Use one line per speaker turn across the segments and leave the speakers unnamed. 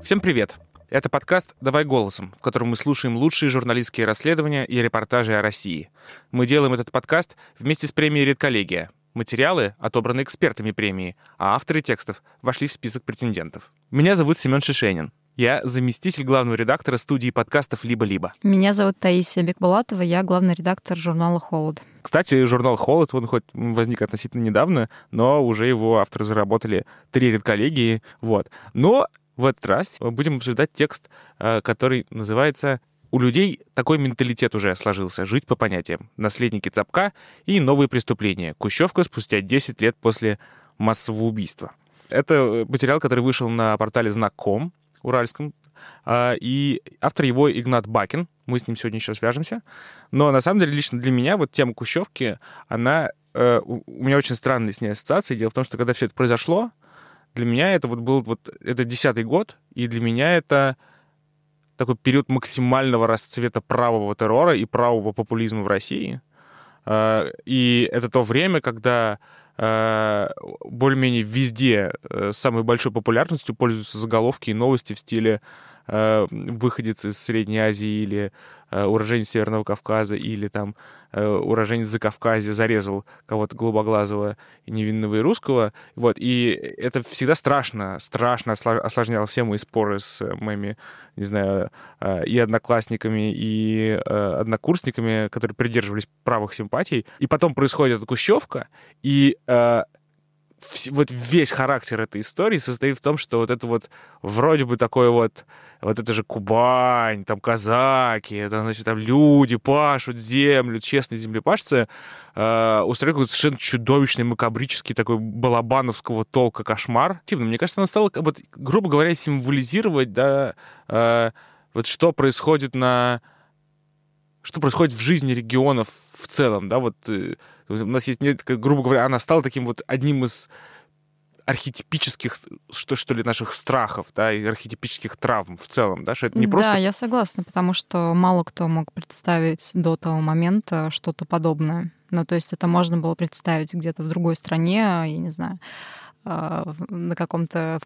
Всем привет! Это подкаст «Давай голосом», в котором мы слушаем лучшие журналистские расследования и репортажи о России. Мы делаем этот подкаст вместе с премией «Редколлегия». Материалы отобраны экспертами премии, а авторы текстов вошли в список претендентов. Меня зовут Семен Шишенин. Я заместитель главного редактора студии подкастов «Либо-либо».
Меня зовут Таисия Бекбулатова, я главный редактор журнала «Холод».
Кстати, журнал «Холод», он хоть возник относительно недавно, но уже его авторы заработали 3 редколлегии. Вот. Но в этот раз будем обсуждать текст, который называется «У людей такой менталитет уже сложился. Жить по понятиям. Наследники Цапка и новые преступления. Кущевка спустя 10 лет после массового убийства». Это материал, который вышел на портале Знак.ком уральском, и автор его Игнат Бакин. Мы с ним сегодня еще свяжемся. Но на самом деле лично для меня вот тема Кущевки, она... у меня очень странные с ней ассоциации. Дело в том, что когда все это произошло, для меня это вот был это 10-й год, и для меня это такой период максимального расцвета правого террора и правого популизма в России. И это то время, когда более-менее везде самой большой популярностью пользуются заголовки и новости в стиле выходец из Средней Азии или уроженец Северного Кавказа, или там уроженец Закавказья зарезал кого-то голубоглазого и невинного и русского. Вот. И это всегда страшно осложняло все мои споры с моими, не знаю, и одноклассниками, и однокурсниками, которые придерживались правых симпатий. И потом происходит эта Кущевка, и вот весь характер этой истории состоит в том, что вот это вот вроде бы такое вот это же Кубань, там казаки, это, значит, там люди пашут землю, честные землепашцы, устроили какой-то совершенно чудовищный, макабрический такой балабановского толка кошмар. Мне кажется, она стала, вот, грубо говоря, символизировать, да, вот что происходит в жизни регионов в целом, да, вот у нас есть, грубо говоря, она стала таким вот одним из архетипических, что ли, наших страхов, да, и архетипических травм в целом, да, что это не просто...
Да, я согласна, потому что мало кто мог представить до того момента что-то подобное. Ну, то есть это можно было представить где-то в другой стране, я не знаю, в каком-то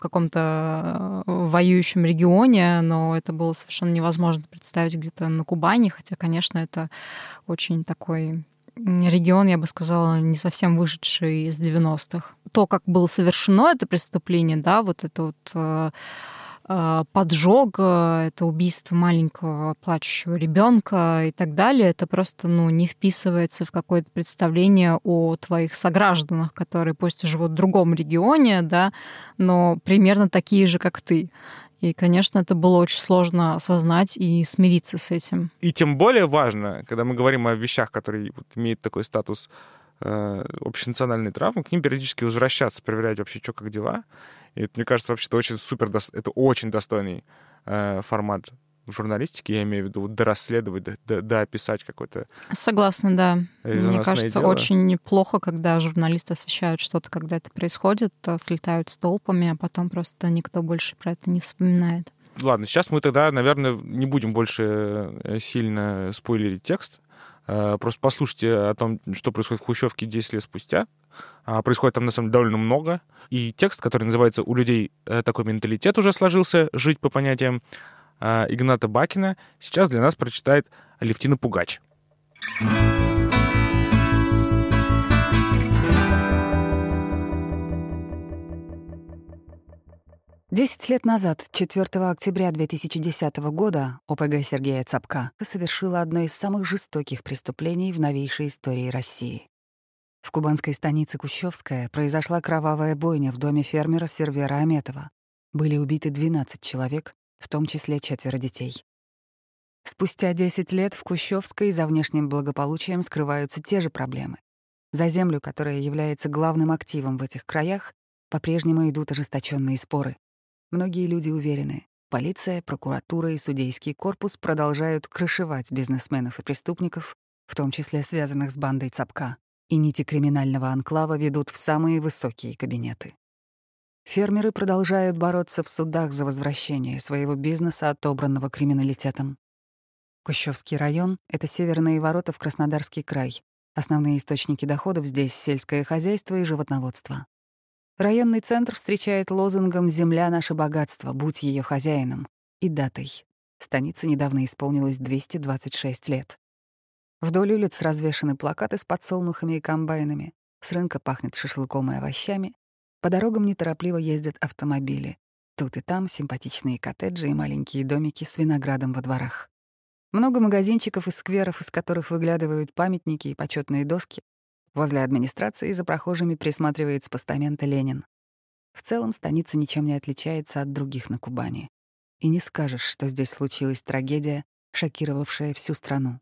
воюющем регионе, но это было совершенно невозможно представить где-то на Кубани, хотя, конечно, это очень такой регион, я бы сказала, не совсем вышедший из 90-х. То, как было совершено это преступление, да, вот это вот поджог, это убийство маленького плачущего ребенка и так далее, это просто, не вписывается в какое-то представление о твоих согражданах, которые пусть живут в другом регионе, да, но примерно такие же, как ты. И, конечно, это было очень сложно осознать и смириться с этим.
И тем более важно, когда мы говорим о вещах, которые вот имеют такой статус общенациональной травмы, к ним периодически возвращаться, проверять вообще, что, как дела. И это, мне кажется, вообще это очень достойный формат в журналистике, я имею в виду, дорасследовать, доописать какой-то...
Согласна, да. Мне кажется,
дело.
очень неплохо, когда журналисты освещают что-то, когда это происходит, слетают с толпами, а потом просто никто больше про это не вспоминает.
Ладно, сейчас мы тогда, наверное, не будем больше сильно спойлерить текст. Просто послушайте о том, что происходит в Кущевке 10 лет спустя. Происходит там, на самом деле, довольно много. И текст, который называется «У людей такой менталитет уже сложился. Жить по понятиям», Игната Бакина, сейчас для нас прочитает Алевтина Пугач.
10 лет назад, 4 октября 2010 года, ОПГ Сергея Цапка совершила одно из самых жестоких преступлений в новейшей истории России. В кубанской станице Кущевская произошла кровавая бойня в доме фермера Сервера Аметова. Были убиты 12 человек, в том числе 4 детей. Спустя 10 лет в Кущевской за внешним благополучием скрываются те же проблемы. За землю, которая является главным активом в этих краях, по-прежнему идут ожесточенные споры. Многие люди уверены, полиция, прокуратура и судейский корпус продолжают крышевать бизнесменов и преступников, в том числе связанных с бандой Цапка, и нити криминального анклава ведут в самые высокие кабинеты. Фермеры продолжают бороться в судах за возвращение своего бизнеса, отобранного криминалитетом. Кущевский район — это северные ворота в Краснодарский край. Основные источники доходов здесь — сельское хозяйство и животноводство. Районный центр встречает лозунгом «Земля — наше богатство, будь ее хозяином» и датой. Станице недавно исполнилось 226 лет. Вдоль улиц развешаны плакаты с подсолнухами и комбайнами, с рынка пахнет шашлыком и овощами, по дорогам неторопливо ездят автомобили. Тут и там симпатичные коттеджи и маленькие домики с виноградом во дворах. Много магазинчиков и скверов, из которых выглядывают памятники и почетные доски. Возле администрации за прохожими присматривает с постамента Ленин. В целом станица ничем не отличается от других на Кубани. И не скажешь, что здесь случилась трагедия, шокировавшая всю страну.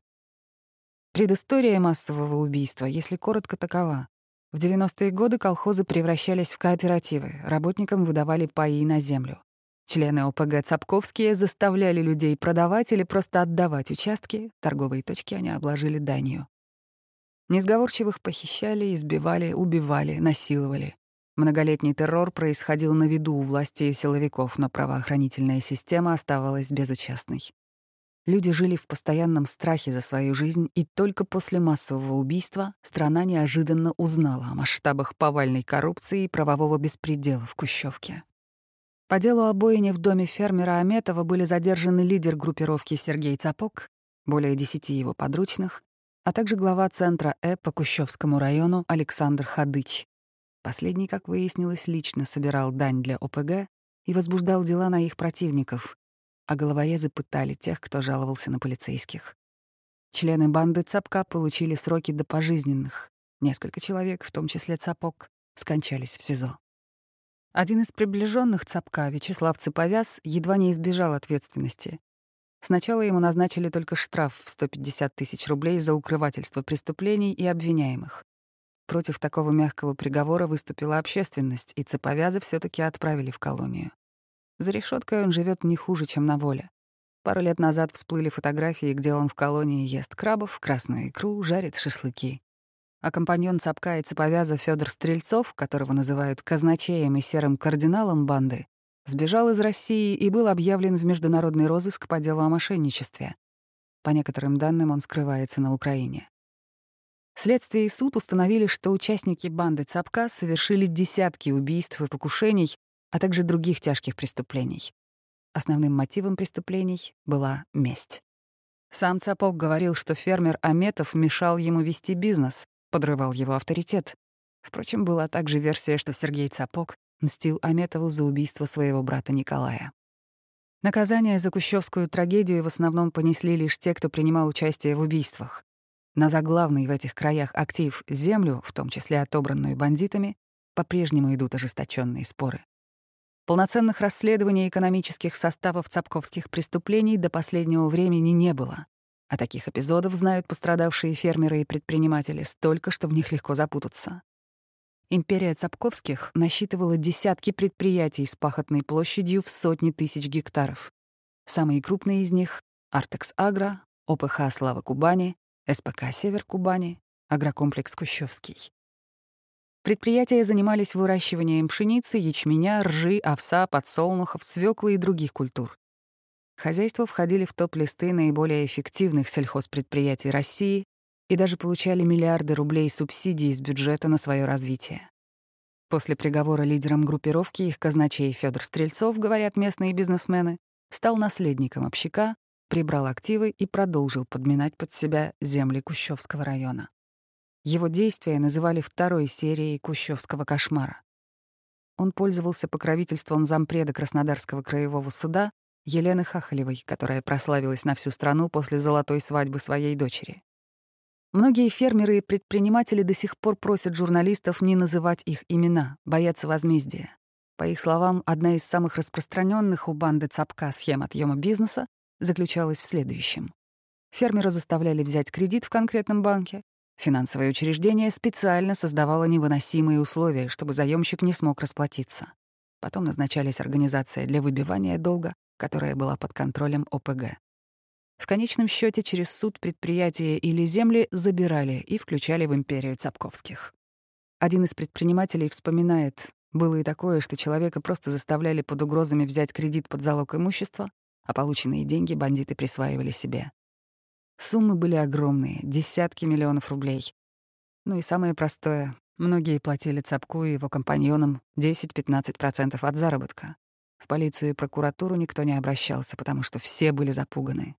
Предыстория массового убийства, если коротко, такова. В 90-е годы колхозы превращались в кооперативы, работникам выдавали паи на землю. Члены ОПГ Цапковские заставляли людей продавать или просто отдавать участки, торговые точки они обложили данью. Несговорчивых похищали, избивали, убивали, насиловали. Многолетний террор происходил на виду у власти и силовиков, но правоохранительная система оставалась безучастной. Люди жили в постоянном страхе за свою жизнь, и только после массового убийства страна неожиданно узнала о масштабах повальной коррупции и правового беспредела в Кущевке. По делу о бойне в доме фермера Аметова были задержаны лидер группировки Сергей Цапок, более 10 его подручных, а также глава центра по Кущевскому району Александр Хадыч. Последний, как выяснилось, лично собирал дань для ОПГ и возбуждал дела на их противников, а головорезы пытали тех, кто жаловался на полицейских. Члены банды Цапка получили сроки до пожизненных. Несколько человек, в том числе Цапок, скончались в СИЗО. Один из приближенных Цапка, Вячеслав Цыповяз, едва не избежал ответственности. Сначала ему назначили только штраф в 150 тысяч рублей за укрывательство преступлений и обвиняемых. Против такого мягкого приговора выступила общественность, и Цыповяза все-таки отправили в колонию. За решеткой он живет не хуже, чем на воле. Пару лет назад всплыли фотографии, где он в колонии ест крабов, красную икру, жарит шашлыки. А компаньон Цапка и Цыповяза Фёдор Стрельцов, которого называют казначеем и серым кардиналом банды, сбежал из России и был объявлен в международный розыск по делу о мошенничестве. По некоторым данным, он скрывается на Украине. Следствие и суд установили, что участники банды Цапка совершили десятки убийств и покушений, а также других тяжких преступлений. Основным мотивом преступлений была месть. Сам Цапок говорил, что фермер Аметов мешал ему вести бизнес, подрывал его авторитет. Впрочем, была также версия, что Сергей Цапок мстил Аметову за убийство своего брата Николая. Наказание за кущевскую трагедию в основном понесли лишь те, кто принимал участие в убийствах. На заглавный в этих краях актив — землю, в том числе отобранную бандитами, по-прежнему идут ожесточенные споры. Полноценных расследований экономических составов цапковских преступлений до последнего времени не было. А таких эпизодов знают пострадавшие фермеры и предприниматели столько, что в них легко запутаться. Империя Цапковских насчитывала десятки предприятий с пахотной площадью в сотни тысяч гектаров. Самые крупные из них — Артекс Агро, ОПХ «Слава Кубани», СПК «Север Кубани», агрокомплекс «Кущевский». Предприятия занимались выращиванием пшеницы, ячменя, ржи, овса, подсолнухов, свёклы и других культур. Хозяйства входили в топ-листы наиболее эффективных сельхозпредприятий России и даже получали миллиарды рублей субсидий из бюджета на свое развитие. После приговора лидерам группировки их казначей Фёдор Стрельцов, говорят местные бизнесмены, стал наследником общака, прибрал активы и продолжил подминать под себя земли Кущевского района. Его действия называли второй серией Кущевского кошмара. Он пользовался покровительством зампреда Краснодарского краевого суда Елены Хахалевой, которая прославилась на всю страну после золотой свадьбы своей дочери. Многие фермеры и предприниматели до сих пор просят журналистов не называть их имена, боятся возмездия. По их словам, одна из самых распространенных у банды Цапка схем отъема бизнеса заключалась в следующем. Фермера заставляли взять кредит в конкретном банке. Финансовое учреждение специально создавало невыносимые условия, чтобы заемщик не смог расплатиться. Потом назначались организация для выбивания долга, которая была под контролем ОПГ. В конечном счете через суд предприятия или земли забирали и включали в империю Цапковских. Один из предпринимателей вспоминает, было и такое, что человека просто заставляли под угрозами взять кредит под залог имущества, а полученные деньги бандиты присваивали себе. Суммы были огромные, десятки миллионов рублей. Ну и самое простое — Многие платили Цапку и его компаньонам 10-15% от заработка. В полицию и прокуратуру никто не обращался, потому что все были запуганы.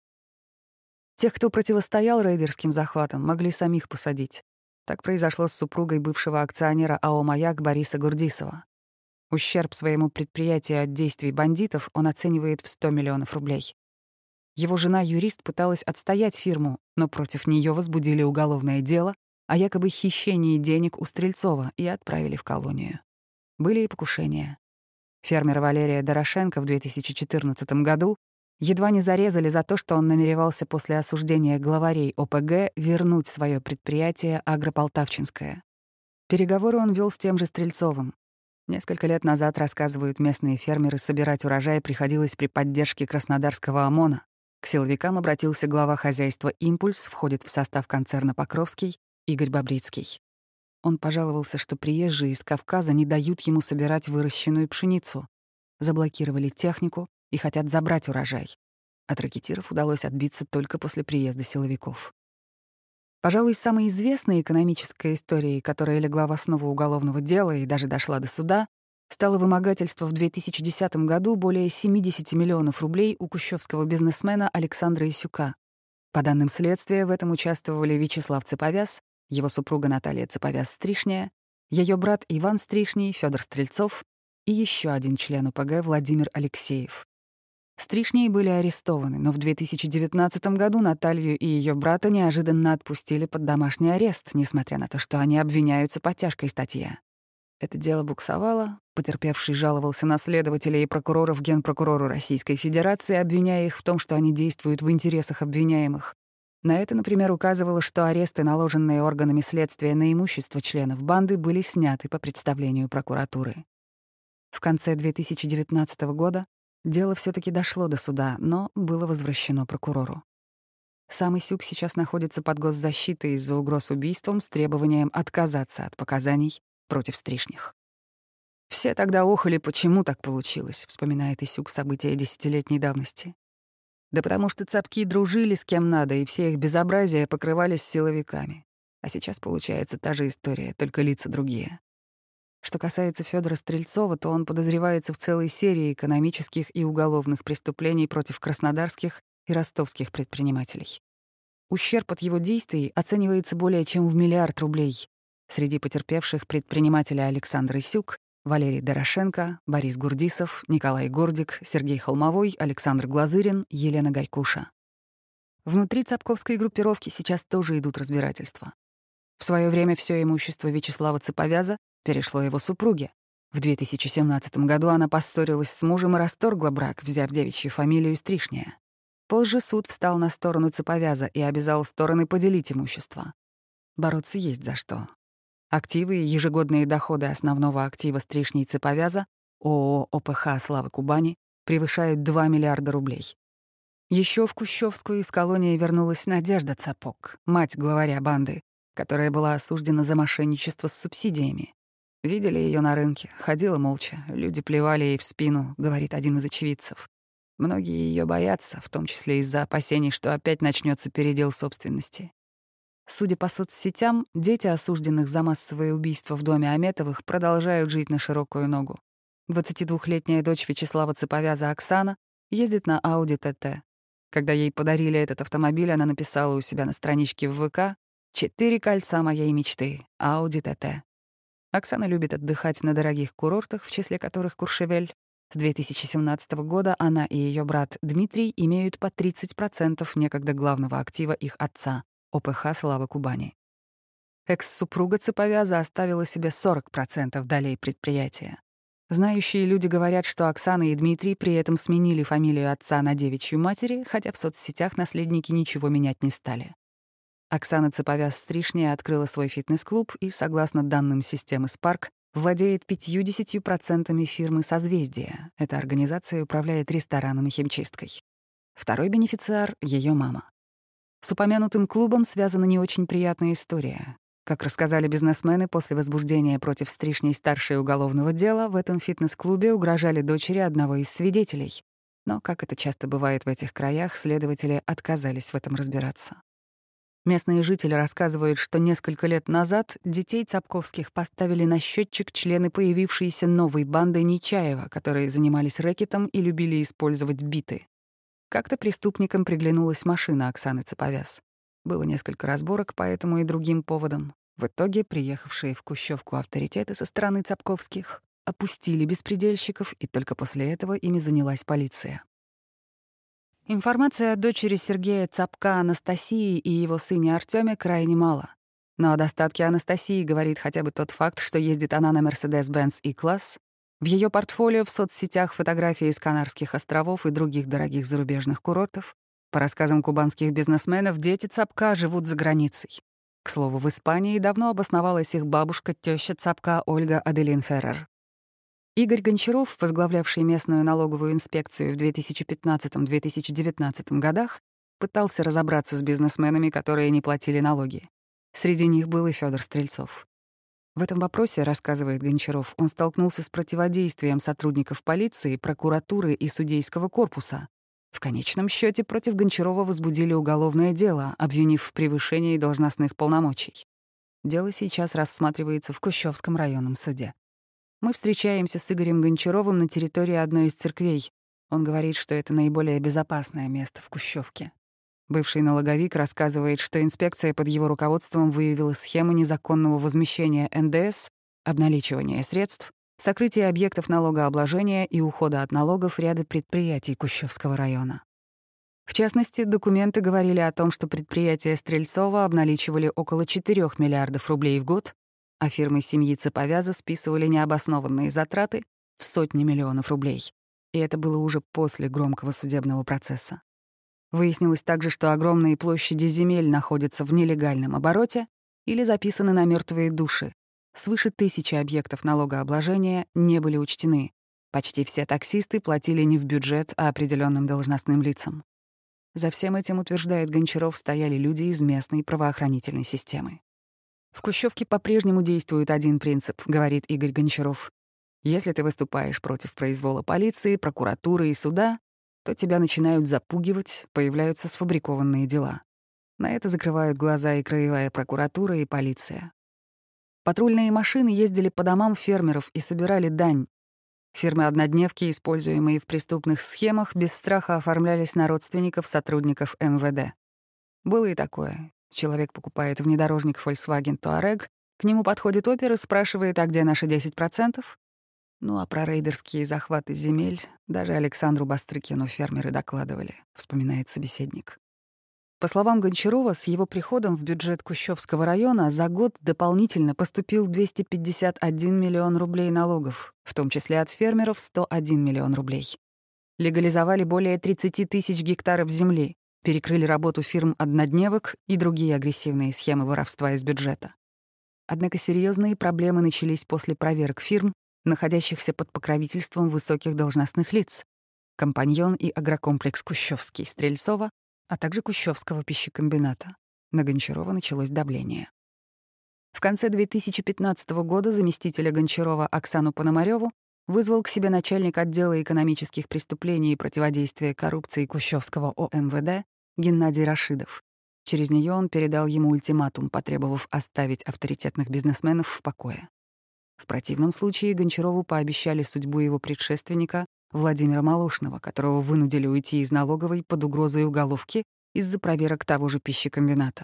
Тех, кто противостоял рейдерским захватам, могли самих посадить. Так произошло с супругой бывшего акционера АО «Маяк» Бориса Гурдисова. Ущерб своему предприятию от действий бандитов он оценивает в 100 миллионов рублей. Его жена-юрист пыталась отстоять фирму, но против нее возбудили уголовное дело о якобы хищении денег у Стрельцова и отправили в колонию. Были и покушения. Фермера Валерия Дорошенко в 2014 году едва не зарезали за то, что он намеревался после осуждения главарей ОПГ вернуть свое предприятие «Агрополтавчинское». Переговоры он вел с тем же Стрельцовым. Несколько лет назад, рассказывают местные фермеры, собирать урожай приходилось при поддержке краснодарского ОМОНа. К силовикам обратился глава хозяйства «Импульс», входит в состав концерна «Покровский» Игорь Бобрицкий. Он пожаловался, что приезжие из Кавказа не дают ему собирать выращенную пшеницу. Заблокировали технику и хотят забрать урожай. От ракетиров удалось отбиться только после приезда силовиков. Пожалуй, самой известной экономической историей, которая легла в основу уголовного дела и даже дошла до суда, стало вымогательство в 2010 году более 70 миллионов рублей у кущевского бизнесмена Александра Исюка. По данным следствия, в этом участвовали Вячеслав Цеповяз, его супруга Наталья Цеповяз-Стришняя, ее брат Иван Стришний, Федор Стрельцов и еще один член ОПГ Владимир Алексеев. Стришние были арестованы, но в 2019 году Наталью и ее брата неожиданно отпустили под домашний арест, несмотря на то, что они обвиняются по тяжкой статье. Это дело буксовало, потерпевший жаловался на следователей и прокуроров Генпрокурору Российской Федерации, обвиняя их в том, что они действуют в интересах обвиняемых. На это, например, указывало, что аресты, наложенные органами следствия на имущество членов банды, были сняты по представлению прокуратуры. В конце 2019 года дело все-таки дошло до суда, но было возвращено прокурору. Сам Исюк сейчас находится под госзащитой из-за угроз убийством с требованием отказаться от показаний против Стришних. «Все тогда охали, почему так получилось», — вспоминает Исюк события десятилетней давности. «Да потому что цапки дружили с кем надо, и все их безобразия покрывались силовиками. А сейчас получается та же история, только лица другие». Что касается Федора Стрельцова, то он подозревается в целой серии экономических и уголовных преступлений против краснодарских и ростовских предпринимателей. Ущерб от его действий оценивается более чем в 1 миллиард рублей. Среди потерпевших предприниматели Александр Исюк, Валерий Дорошенко, Борис Гурдисов, Николай Гордик, Сергей Холмовой, Александр Глазырин, Елена Горькуша. Внутри цапковской группировки сейчас тоже идут разбирательства. В свое время все имущество Вячеслава Цеповяза перешло его супруге. В 2017 году она поссорилась с мужем и расторгла брак, взяв девичью фамилию Стришняя. Позже суд встал на сторону Цеповяза и обязал стороны поделить имущество. Бороться есть за что. Активы и ежегодные доходы основного актива Стришней Цеповяза, ООО «ОПХ Славы Кубани», превышают 2 миллиарда рублей. Еще в Кущевскую из колонии вернулась Надежда Цапок, мать главаря банды, которая была осуждена за мошенничество с субсидиями. Видели ее на рынке, ходила молча, люди плевали ей в спину, говорит один из очевидцев. Многие ее боятся, в том числе из-за опасений, что опять начнется передел собственности. Судя по соцсетям, дети осужденных за массовые убийства в доме Аметовых продолжают жить на широкую ногу. 22-летняя дочь Вячеслава Цеповяза Оксана ездит на Audi TT. Когда ей подарили этот автомобиль, она написала у себя на страничке в ВК «4 кольца моей мечты. Audi TT». Оксана любит отдыхать на дорогих курортах, в числе которых Куршевель. С 2017 года она и ее брат Дмитрий имеют по 30% некогда главного актива их отца — ОПХ «Слава Кубани». Экс-супруга Цеповяза оставила себе 40% долей предприятия. Знающие люди говорят, что Оксана и Дмитрий при этом сменили фамилию отца на девичью матери, хотя в соцсетях наследники ничего менять не стали. Оксана Цеповяз-Стришняя открыла свой фитнес-клуб и, согласно данным системы Spark, владеет 50% фирмы «Созвездие». Эта организация управляет рестораном и химчисткой. Второй бенефициар — ее мама. С упомянутым клубом связана не очень приятная история. Как рассказали бизнесмены, после возбуждения против Стришней старшей уголовного дела в этом фитнес-клубе угрожали дочери одного из свидетелей. Но, как это часто бывает в этих краях, следователи отказались в этом разбираться. Местные жители рассказывают, что несколько лет назад детей Цапковских поставили на счетчик члены появившейся новой банды Нечаева, которые занимались рэкетом и любили использовать биты. Как-то преступникам приглянулась машина Оксаны Цаповяз. Было несколько разборок по этому и другим поводам. В итоге приехавшие в Кущевку авторитеты со стороны Цапковских опустили беспредельщиков, и только после этого ими занялась полиция. Информации о дочери Сергея Цапка Анастасии и его сыне Артёме крайне мало. Но о достатке Анастасии говорит хотя бы тот факт, что ездит она на Mercedes-Benz E-класс. В её портфолио в соцсетях фотографии из Канарских островов и других дорогих зарубежных курортов. По рассказам кубанских бизнесменов, дети Цапка живут за границей. К слову, в Испании давно обосновалась их бабушка, тёща Цапка Ольга Аделин Феррер. Игорь Гончаров, возглавлявший местную налоговую инспекцию в 2015-2019 годах, пытался разобраться с бизнесменами, которые не платили налоги. Среди них был и Фёдор Стрельцов. В этом вопросе, рассказывает Гончаров, он столкнулся с противодействием сотрудников полиции, прокуратуры и судейского корпуса. В конечном счете против Гончарова возбудили уголовное дело, обвинив в превышении должностных полномочий. Дело сейчас рассматривается в Кущевском районном суде. Мы встречаемся с Игорем Гончаровым на территории одной из церквей. Он говорит, что это наиболее безопасное место в Кущевке. Бывший налоговик рассказывает, что инспекция под его руководством выявила схему незаконного возмещения НДС, обналичивания средств, сокрытия объектов налогообложения и ухода от налогов ряда предприятий Кущевского района. В частности, документы говорили о том, что предприятия Стрельцова обналичивали около 4 миллиардов рублей в год, а фирмы семьи Цаповяза списывали необоснованные затраты в сотни миллионов рублей. И это было уже после громкого судебного процесса. Выяснилось также, что огромные площади земель находятся в нелегальном обороте или записаны на мертвые души. Свыше 1000 объектов налогообложения не были учтены. Почти все таксисты платили не в бюджет, а определенным должностным лицам. За всем этим, утверждает Гончаров, стояли люди из местной правоохранительной системы. В Кущевке по-прежнему действует один принцип, говорит Игорь Гончаров. Если ты выступаешь против произвола полиции, прокуратуры и суда, то тебя начинают запугивать, появляются сфабрикованные дела. На это закрывают глаза и краевая прокуратура, и полиция. Патрульные машины ездили по домам фермеров и собирали дань. Фирмы-однодневки, используемые в преступных схемах, без страха оформлялись на родственников сотрудников МВД. Было и такое. Человек покупает внедорожник Volkswagen Touareg, к нему подходит опер и спрашивает, а где наши 10%? Ну а про рейдерские захваты земель даже Александру Бастрыкину фермеры докладывали, вспоминает собеседник. По словам Гончарова, с его приходом в бюджет Кущевского района за год дополнительно поступил 251 миллион рублей налогов, в том числе от фермеров 101 миллион рублей. Легализовали более 30 тысяч гектаров земли, перекрыли работу фирм-однодневок и другие агрессивные схемы воровства из бюджета. Однако серьезные проблемы начались после проверок фирм, находящихся под покровительством высоких должностных лиц, «Компаньон» и агрокомплекс «Кущевский» Стрельцова, а также Кущевского пищекомбината. На Гончарова началось давление. В конце 2015 года заместителя Гончарова Оксану Пономарёву вызвал к себе начальник отдела экономических преступлений и противодействия коррупции Кущевского ОМВД Геннадий Рашидов. Через нее он передал ему ультиматум, потребовав оставить авторитетных бизнесменов в покое. В противном случае Гончарову пообещали судьбу его предшественника Владимира Малушного, которого вынудили уйти из налоговой под угрозой уголовки из-за проверок того же пищекомбината.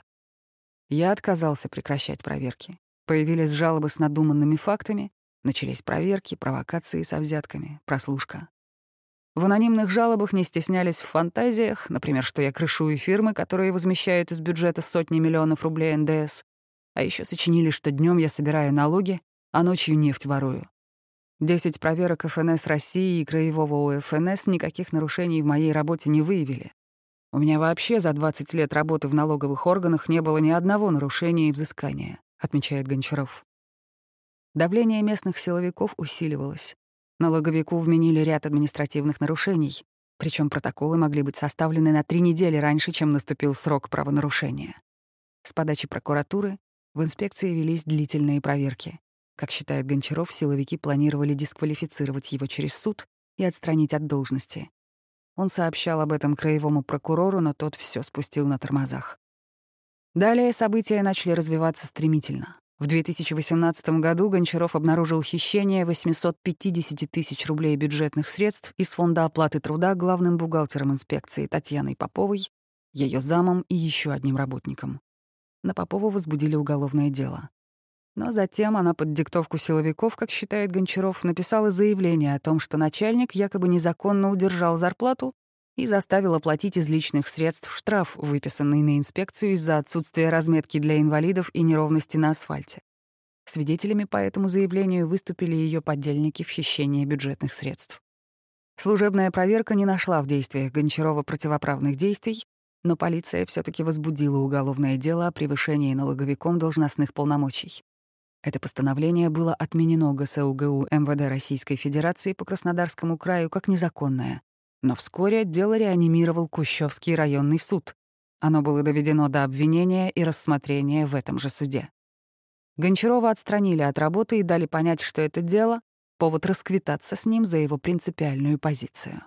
Я отказался прекращать проверки. Появились жалобы с надуманными фактами, начались проверки, провокации со взятками, прослушка. В анонимных жалобах не стеснялись в фантазиях, например, что я крышую фирмы, которые возмещают из бюджета сотни миллионов рублей НДС, а еще сочинили, что днем я собираю налоги, а ночью нефть ворую. 10 проверок ФНС России и краевого УФНС никаких нарушений в моей работе не выявили. У меня вообще за 20 лет работы в налоговых органах не было ни одного нарушения и взыскания, отмечает Гончаров. Давление местных силовиков усиливалось. Налоговику вменили ряд административных нарушений, причем протоколы могли быть составлены на 3 недели раньше, чем наступил срок правонарушения. С подачи прокуратуры в инспекции велись длительные проверки. Как считает Гончаров, силовики планировали дисквалифицировать его через суд и отстранить от должности. Он сообщал об этом краевому прокурору, но тот все спустил на тормозах. Далее события начали развиваться стремительно. В 2018 году Гончаров обнаружил хищение 850 тысяч рублей бюджетных средств из фонда оплаты труда главным бухгалтером инспекции Татьяной Поповой, ее замом и еще одним работником. На Попову возбудили уголовное дело. Но затем она под диктовку силовиков, как считает Гончаров, написала заявление о том, что начальник якобы незаконно удержал зарплату и заставил оплатить из личных средств штраф, выписанный на инспекцию из-за отсутствия разметки для инвалидов и неровности на асфальте. Свидетелями по этому заявлению выступили ее подельники в хищении бюджетных средств. Служебная проверка не нашла в действиях Гончарова противоправных действий, но полиция все таки возбудила уголовное дело о превышении налоговиком должностных полномочий. Это постановление было отменено ГСУГУ МВД Российской Федерации по Краснодарскому краю как незаконное. Но вскоре дело реанимировал Кущевский районный суд. Оно было доведено до обвинения и рассмотрения в этом же суде. Гончарова отстранили от работы и дали понять, что это дело — повод расквитаться с ним за его принципиальную позицию.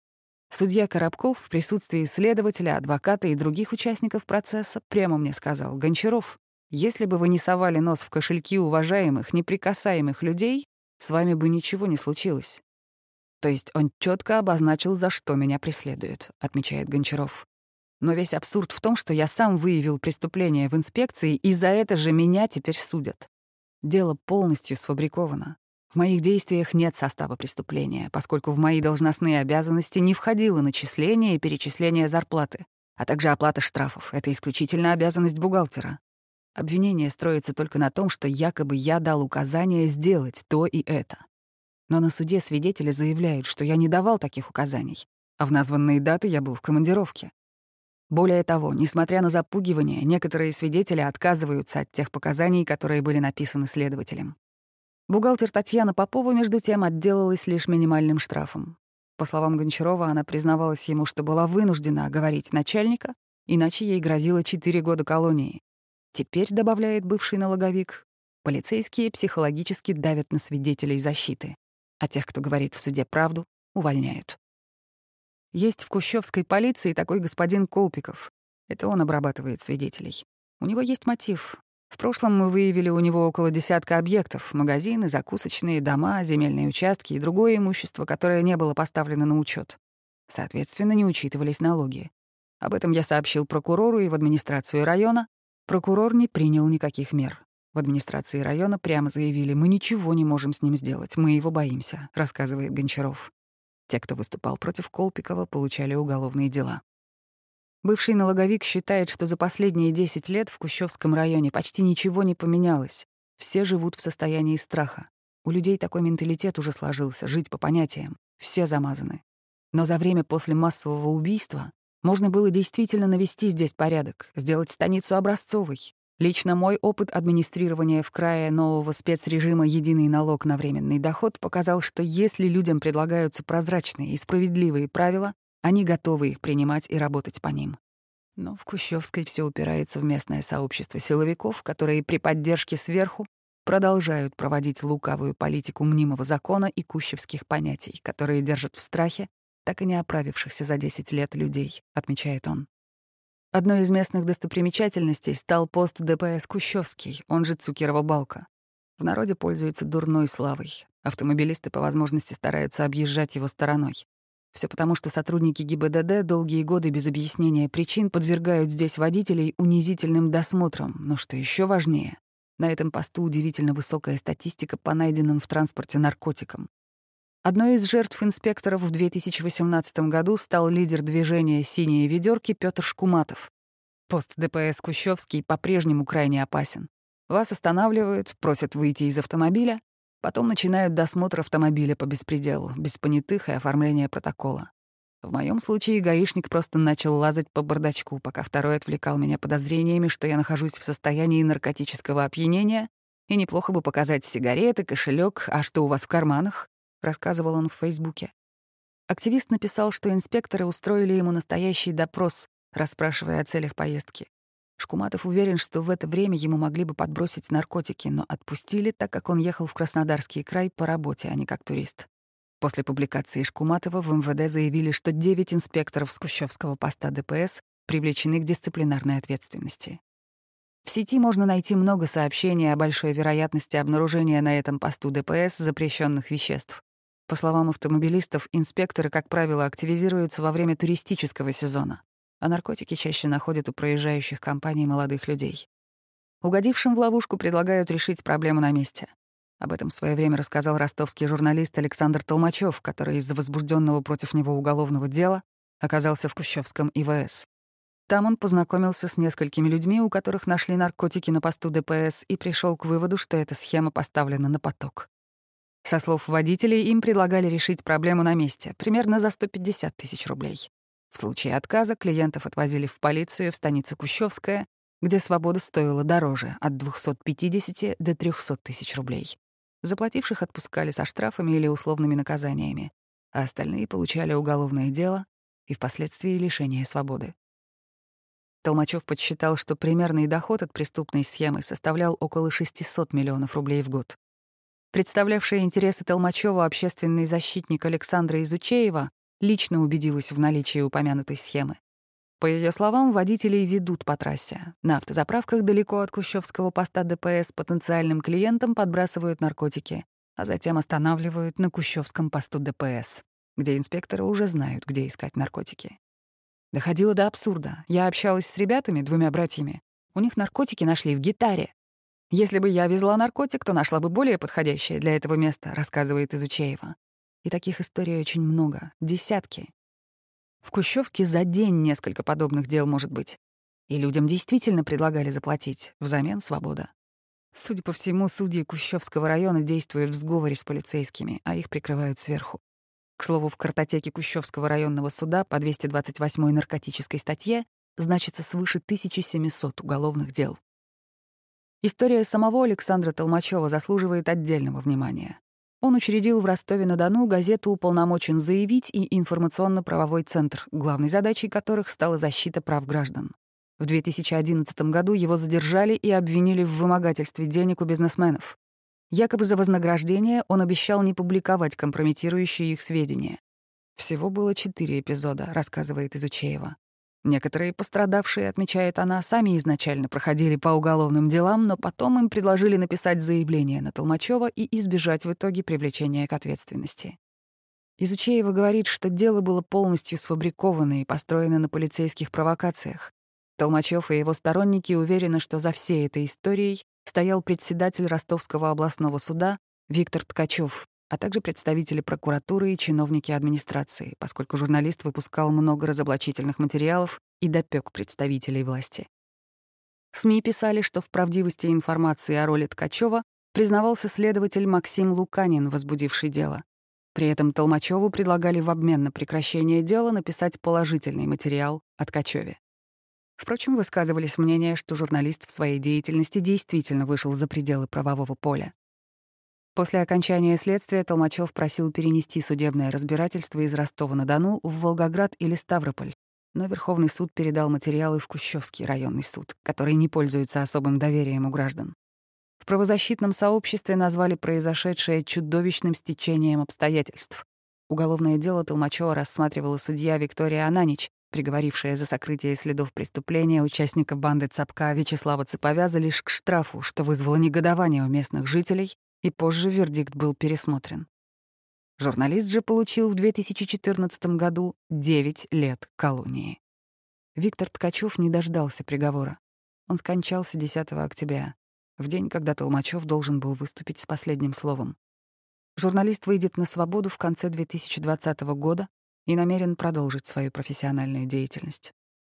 Судья Коробков в присутствии следователя, адвоката и других участников процесса прямо мне сказал: «Гончаров, если бы вы не совали нос в кошельки уважаемых, неприкасаемых людей, с вами бы ничего не случилось». То есть он четко обозначил, за что меня преследуют, отмечает Гончаров. Но весь абсурд в том, что я сам выявил преступление в инспекции, и за это же меня теперь судят. Дело полностью сфабриковано. В моих действиях нет состава преступления, поскольку в мои должностные обязанности не входило начисление и перечисление зарплаты, а также оплата штрафов. Это исключительно обязанность бухгалтера. Обвинение строится только на том, что якобы я дал указание сделать то и это. Но на суде свидетели заявляют, что я не давал таких указаний, а в названные даты я был в командировке. Более того, несмотря на запугивание, некоторые свидетели отказываются от тех показаний, которые были написаны следователем. Бухгалтер Татьяна Попова, между тем, отделалась лишь минимальным штрафом. По словам Гончарова, она признавалась ему, что была вынуждена оговорить начальника, иначе ей грозило 4 года колонии. Теперь, добавляет бывший налоговик, полицейские психологически давят на свидетелей защиты, а тех, кто говорит в суде правду, увольняют. Есть в кущевской полиции такой господин Колпиков. Это он обрабатывает свидетелей. У него есть мотив. В прошлом мы выявили у него около 10 объектов — магазины, закусочные, дома, земельные участки и другое имущество, которое не было поставлено на учет. Соответственно, не учитывались налоги. Об этом я сообщил прокурору и в администрацию района. Прокурор не принял никаких мер. В администрации района прямо заявили: «Мы ничего не можем с ним сделать, мы его боимся», — рассказывает Гончаров. Те, кто выступал против Колпикова, получали уголовные дела. Бывший налоговик считает, что за последние 10 лет в Кущевском районе почти ничего не поменялось. Все живут в состоянии страха. У людей такой менталитет уже сложился — жить по понятиям. Все замазаны. Но за время после массового убийства можно было действительно навести здесь порядок, сделать станицу образцовой. Лично мой опыт администрирования в крае нового спецрежима «Единый налог на временный доход» показал, что если людям предлагаются прозрачные и справедливые правила, они готовы их принимать и работать по ним. Но в Кущевской все упирается в местное сообщество силовиков, которые при поддержке сверху продолжают проводить лукавую политику мнимого закона и кущевских понятий, которые держат в страхе так и не оправившихся за 10 лет людей, отмечает он. Одной из местных достопримечательностей стал пост ДПС Кущевский, он же Цукерова балка. В народе пользуется дурной славой. Автомобилисты по возможности стараются объезжать его стороной. Все потому, что сотрудники ГИБДД долгие годы без объяснения причин подвергают здесь водителей унизительным досмотрам. Но что еще важнее, на этом посту удивительно высокая статистика по найденным в транспорте наркотикам. Одной из жертв инспекторов в 2018 году стал лидер движения «Синие ведерки» Пётр Шкуматов. Пост ДПС Кущевский по-прежнему крайне опасен. Вас останавливают, просят выйти из автомобиля, потом начинают досмотр автомобиля по беспределу, без понятых и оформления протокола. В моем случае гаишник просто начал лазать по бардачку, пока второй отвлекал меня подозрениями, что я нахожусь в состоянии наркотического опьянения, и неплохо бы показать сигареты, кошелек, а что у вас в карманах, рассказывал он в Фейсбуке. Активист написал, что инспекторы устроили ему настоящий допрос, расспрашивая о целях поездки. Шкуматов уверен, что в это время ему могли бы подбросить наркотики, но отпустили, так как он ехал в Краснодарский край по работе, а не как турист. После публикации Шкуматова в МВД заявили, что 9 инспекторов с Кущевского поста ДПС привлечены к дисциплинарной ответственности. В сети можно найти много сообщений о большой вероятности обнаружения на этом посту ДПС запрещенных веществ. По словам автомобилистов, инспекторы, как правило, активизируются во время туристического сезона, а наркотики чаще находят у проезжающих компаний молодых людей. Угодившим в ловушку предлагают решить проблему на месте. Об этом в свое время рассказал ростовский журналист Александр Толмачев, который из-за возбужденного против него уголовного дела оказался в Кущевском ИВС. Там он познакомился с несколькими людьми, у которых нашли наркотики на посту ДПС, и пришел к выводу, что эта схема поставлена на поток. Со слов водителей, им предлагали решить проблему на месте, примерно за 150 тысяч рублей. В случае отказа клиентов отвозили в полицию в станицу Кущевская, где свобода стоила дороже, от 250 до 300 тысяч рублей. Заплативших отпускали со штрафами или условными наказаниями, а остальные получали уголовное дело и впоследствии лишение свободы. Толмачев подсчитал, что примерный доход от преступной схемы составлял около 600 миллионов рублей в год. Представлявшая интересы Толмачева общественный защитник Александра Изучеева лично убедилась в наличии упомянутой схемы. По ее словам, водителей ведут по трассе. На автозаправках далеко от Кущевского поста ДПС потенциальным клиентам подбрасывают наркотики, а затем останавливают на Кущевском посту ДПС, где инспекторы уже знают, где искать наркотики. Доходило до абсурда. Я общалась с ребятами, 2 братьями. У них наркотики нашли в гитаре. Если бы я везла наркотик, то нашла бы более подходящее для этого место, рассказывает Изучеева. И таких историй очень много, десятки. В Кущевке за день несколько подобных дел может быть. И людям действительно предлагали заплатить, взамен свобода. Судя по всему, судьи Кущевского района действуют в сговоре с полицейскими, а их прикрывают сверху. К слову, в картотеке Кущевского районного суда по 228-й наркотической статье значится свыше 1700 уголовных дел. История самого Александра Толмачева заслуживает отдельного внимания. Он учредил в Ростове-на-Дону газету «Уполномочен заявить» и информационно-правовой центр, главной задачей которых стала защита прав граждан. В 2011 году его задержали и обвинили в вымогательстве денег у бизнесменов. Якобы за вознаграждение он обещал не публиковать компрометирующие их сведения. Всего было 4 эпизода, рассказывает Изучеева. Некоторые пострадавшие, отмечает она, сами изначально проходили по уголовным делам, но потом им предложили написать заявление на Толмачева и избежать в итоге привлечения к ответственности. Изучеева говорит, что дело было полностью сфабриковано и построено на полицейских провокациях. Толмачев и его сторонники уверены, что за всей этой историей стоял председатель Ростовского областного суда Виктор Ткачев, а также представители прокуратуры и чиновники администрации, поскольку журналист выпускал много разоблачительных материалов и допек представителей власти. СМИ писали, что в правдивости информации о роли Ткачева признавался следователь Максим Луканин, возбудивший дело. При этом Толмачеву предлагали в обмен на прекращение дела написать положительный материал о Ткачеве. Впрочем, высказывались мнения, что журналист в своей деятельности действительно вышел за пределы правового поля. После окончания следствия Толмачев просил перенести судебное разбирательство из Ростова-на-Дону в Волгоград или Ставрополь, но Верховный суд передал материалы в Кущевский районный суд, который не пользуется особым доверием у граждан. В правозащитном сообществе назвали произошедшее чудовищным стечением обстоятельств. Уголовное дело Толмачева рассматривала судья Виктория Ананич, приговорившая за сокрытие следов преступления участника банды Цапка Вячеслава Цыповяза лишь к штрафу, что вызвало негодование у местных жителей, и позже вердикт был пересмотрен. Журналист же получил в 2014 году 9 лет колонии. Виктор Ткачев не дождался приговора. Он скончался 10 октября, в день, когда Толмачев должен был выступить с последним словом. Журналист выйдет на свободу в конце 2020 года и намерен продолжить свою профессиональную деятельность.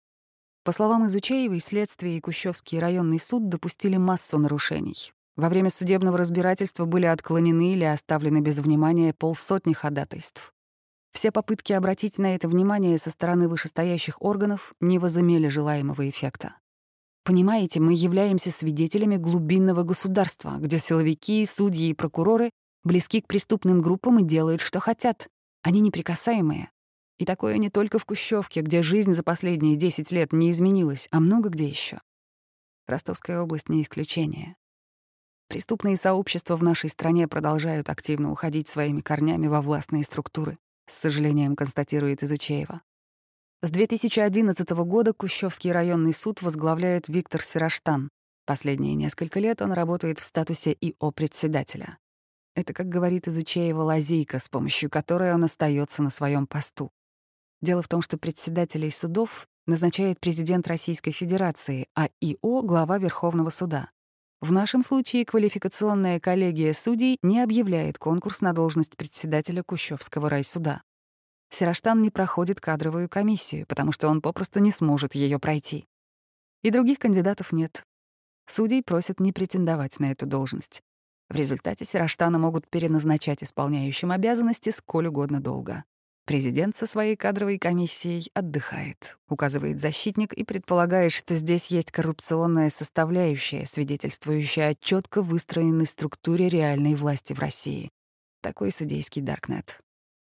По словам Изучеевой, следствие и Кущевский районный суд допустили массу нарушений. Во время судебного разбирательства были отклонены или оставлены без внимания 50 ходатайств. Все попытки обратить на это внимание со стороны вышестоящих органов не возымели желаемого эффекта. Понимаете, мы являемся свидетелями глубинного государства, где силовики, судьи и прокуроры близки к преступным группам и делают, что хотят. Они неприкасаемые. И такое не только в Кущевке, где жизнь за последние 10 лет не изменилась, а много где еще. Ростовская область не исключение. Преступные сообщества в нашей стране продолжают активно уходить своими корнями во властные структуры, с сожалением констатирует Изучеева. С 2011 года Кущевский районный суд возглавляет Виктор Сираштан. Последние несколько лет он работает в статусе ИО председателя. Это, как говорит Изучеева, лазейка, с помощью которой он остается на своем посту. Дело в том, что председателей судов назначает президент Российской Федерации, а ИО — глава Верховного суда. В нашем случае квалификационная коллегия судей не объявляет конкурс на должность председателя Кущевского райсуда. Сераштан не проходит кадровую комиссию, потому что он попросту не сможет ее пройти. И других кандидатов нет. Судей просят не претендовать на эту должность. В результате Сераштана могут переназначать исполняющим обязанности сколь угодно долго. Президент со своей кадровой комиссией отдыхает, указывает защитник и предполагает, что здесь есть коррупционная составляющая, свидетельствующая о четко выстроенной структуре реальной власти в России. Такой судейский даркнет.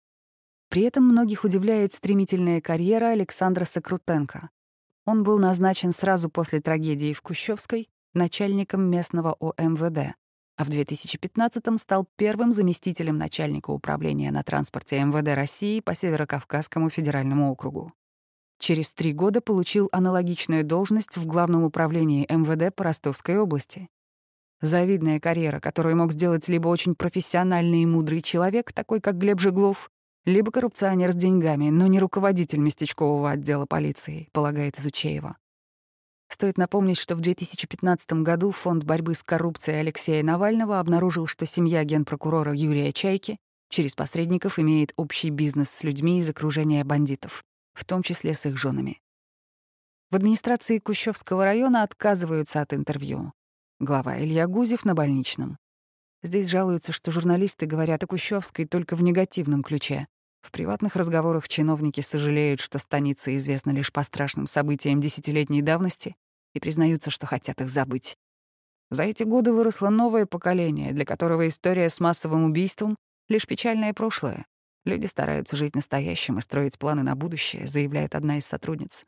При этом многих удивляет стремительная карьера Александра Сокрутенко. Он был назначен сразу после трагедии в Кущевской начальником местного ОМВД, а в 2015-м стал первым заместителем начальника управления на транспорте МВД России по Северокавказскому федеральному округу. Через 3 года получил аналогичную должность в Главном управлении МВД по Ростовской области. Завидная карьера, которую мог сделать либо очень профессиональный и мудрый человек, такой как Глеб Жеглов, либо коррупционер с деньгами, но не руководитель местечкового отдела полиции, полагает Изучеева. Стоит напомнить, что в 2015 году Фонд борьбы с коррупцией Алексея Навального обнаружил, что семья генпрокурора Юрия Чайки через посредников имеет общий бизнес с людьми из окружения бандитов, в том числе с их женами. В администрации Кущевского района отказываются от интервью. Глава Илья Гузев на больничном. Здесь жалуются, что журналисты говорят о Кущевской только в негативном ключе. В приватных разговорах чиновники сожалеют, что станица известна лишь по страшным событиям десятилетней давности, и признаются, что хотят их забыть. За эти годы выросло новое поколение, для которого история с массовым убийством — лишь печальное прошлое. Люди стараются жить настоящим и строить планы на будущее, заявляет одна из сотрудниц.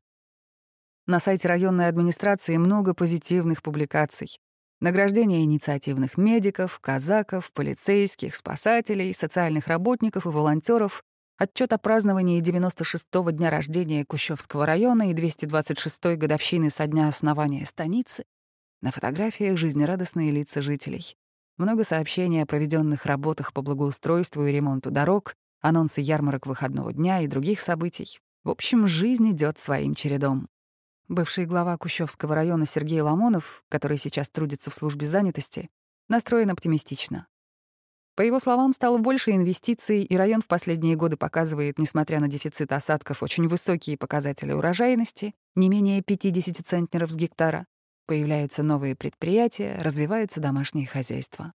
На сайте районной администрации много позитивных публикаций. Награждение инициативных медиков, казаков, полицейских, спасателей, социальных работников и волонтеров, отчет о праздновании 96-го дня рождения Кущевского района и 226-й годовщины со дня основания станицы. На фотографиях жизнерадостные лица жителей. Много сообщений о проведенных работах по благоустройству и ремонту дорог, анонсы ярмарок выходного дня и других событий. В общем, жизнь идет своим чередом. Бывший глава Кущевского района Сергей Ламонов, который сейчас трудится в службе занятости, настроен оптимистично. По его словам, стало больше инвестиций, и район в последние годы показывает, несмотря на дефицит осадков, очень высокие показатели урожайности, не менее 50 центнеров с гектара. Появляются новые предприятия, развиваются домашние хозяйства.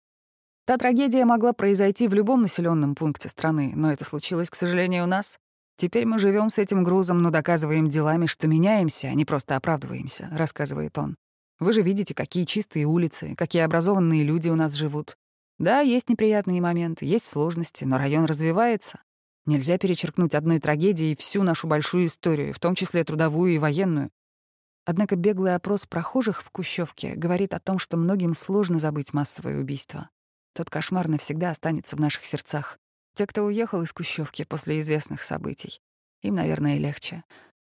Та трагедия могла произойти в любом населенном пункте страны, но это случилось, к сожалению, у нас. Теперь мы живем с этим грузом, но доказываем делами, что меняемся, а не просто оправдываемся, рассказывает он. Вы же видите, какие чистые улицы, какие образованные люди у нас живут. Да, есть неприятные моменты, есть сложности, но район развивается. Нельзя перечеркнуть одной трагедией всю нашу большую историю, в том числе трудовую и военную. Однако беглый опрос прохожих в Кущевке говорит о том, что многим сложно забыть массовое убийство. Тот кошмар навсегда останется в наших сердцах. Те, кто уехал из Кущевки после известных событий, им, наверное, легче.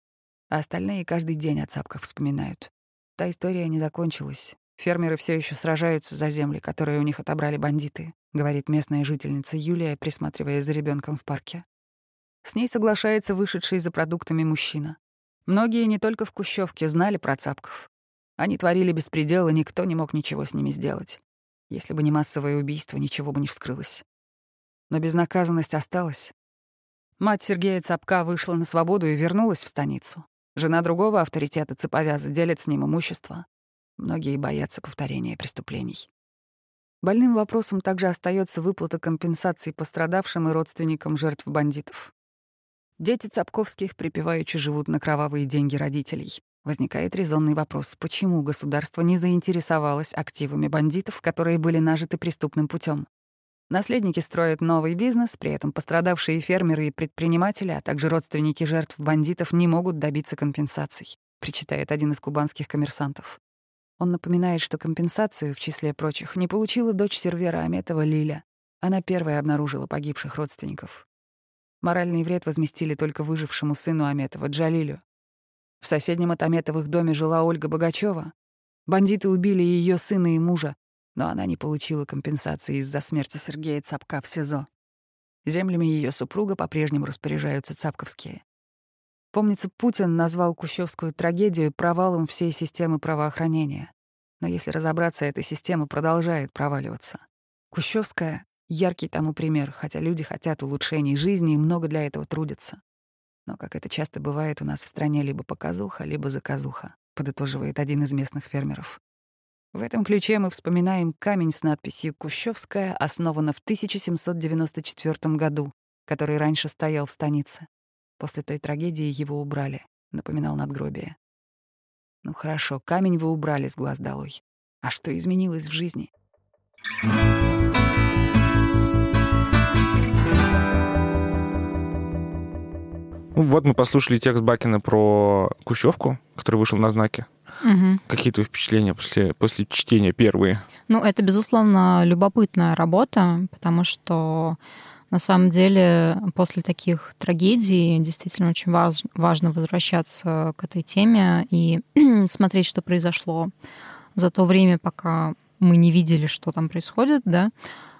А остальные каждый день о цапках вспоминают. Та история не закончилась. Фермеры все еще сражаются за земли, которые у них отобрали бандиты, говорит местная жительница Юлия, присматривая за ребенком в парке. С ней соглашается вышедший за продуктами мужчина. Многие не только в Кущевке знали про цапков. Они творили беспредел, и никто не мог ничего с ними сделать. Если бы не массовое убийство, ничего бы не вскрылось. Но безнаказанность осталась. Мать Сергея Цапка вышла на свободу и вернулась в станицу. Жена другого авторитета цеповяза делит с ним имущество. Многие боятся повторения преступлений. Больным вопросом также остается выплата компенсаций пострадавшим и родственникам жертв бандитов. Дети Цапковских припеваючи живут на кровавые деньги родителей. Возникает резонный вопрос, почему государство не заинтересовалось активами бандитов, которые были нажиты преступным путем. Наследники строят новый бизнес, при этом пострадавшие фермеры и предприниматели, а также родственники жертв бандитов не могут добиться компенсаций, причитает один из кубанских коммерсантов. Он напоминает, что компенсацию, в числе прочих, не получила дочь Сервера Аметова Лиля. Она первая обнаружила погибших родственников. Моральный вред возместили только выжившему сыну Аметова Джалилю. В соседнем от Аметовых доме жила Ольга Богачева. Бандиты убили ее сына и мужа, но она не получила компенсации из-за смерти Сергея Цапка в СИЗО. Землями ее супруга по-прежнему распоряжаются цапковские. Помнится, Путин назвал Кущевскую трагедию провалом всей системы правоохранения. Но если разобраться, эта система продолжает проваливаться. Кущевская — яркий тому пример, хотя люди хотят улучшений жизни и много для этого трудятся. Но, как это часто бывает у нас в стране, либо показуха, либо заказуха, подытоживает один из местных фермеров. В этом ключе мы вспоминаем камень с надписью «Кущевская» основана в 1794 году, который раньше стоял в станице. После той трагедии его убрали, напоминал надгробие. Ну хорошо, камень вы убрали с глаз долой. А что изменилось в жизни?
Ну, вот мы послушали текст Бакина про Кущевку, который вышел на «Знаке».
Угу.
Какие твои впечатления после чтения первые?
Ну, это, безусловно, любопытная работа, потому что на самом деле после таких трагедий действительно очень важно возвращаться к этой теме и смотреть, что произошло за то время, пока мы не видели, что там происходит, да.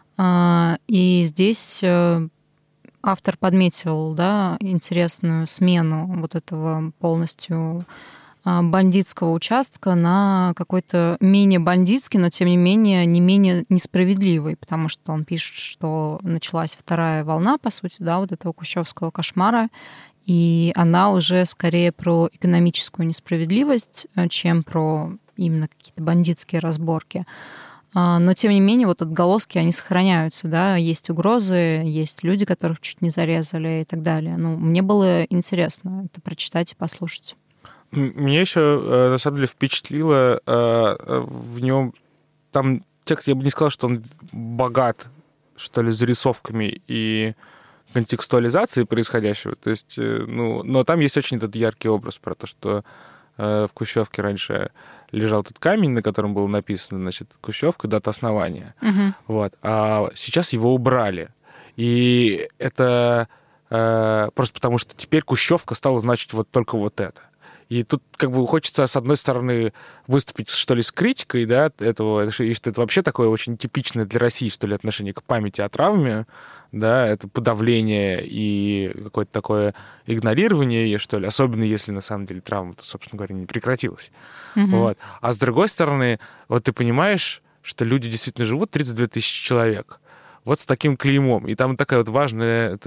И здесь автор подметил, да, интересную смену вот этого полностью бандитского участка на какой-то менее бандитский, но тем не менее не менее несправедливый, потому что он пишет, что началась вторая волна, по сути, да, вот этого кущевского кошмара, и она уже скорее про экономическую несправедливость, чем про именно какие-то бандитские разборки. Но, тем не менее, вот отголоски, они сохраняются, да, есть угрозы, есть люди, которых чуть не зарезали и так далее. Ну, мне было интересно это прочитать и послушать.
Меня еще, на самом деле, впечатлило в нем... Там текст, я бы не сказал, что он богат, что ли, зарисовками и контекстуализацией происходящего. То есть, ну, но там есть очень этот яркий образ про то, что в Кущевке раньше лежал этот камень, на котором было написано, значит, Кущевка, дата основания.
Угу.
Вот. А сейчас его убрали. И это просто потому, что теперь Кущевка стала значить вот только вот это. И тут как бы хочется, с одной стороны, выступить, что ли, с критикой, да, этого, и что это вообще такое очень типичное для России, что ли, отношение к памяти о травме, да, это подавление и какое-то такое игнорирование ее, что ли, особенно если, на самом деле, травма-то, собственно говоря, не прекратилась.
Угу.
Вот. А с другой стороны, вот ты понимаешь, что люди действительно живут, 32 тысячи человек, вот с таким клеймом, и там такая вот важная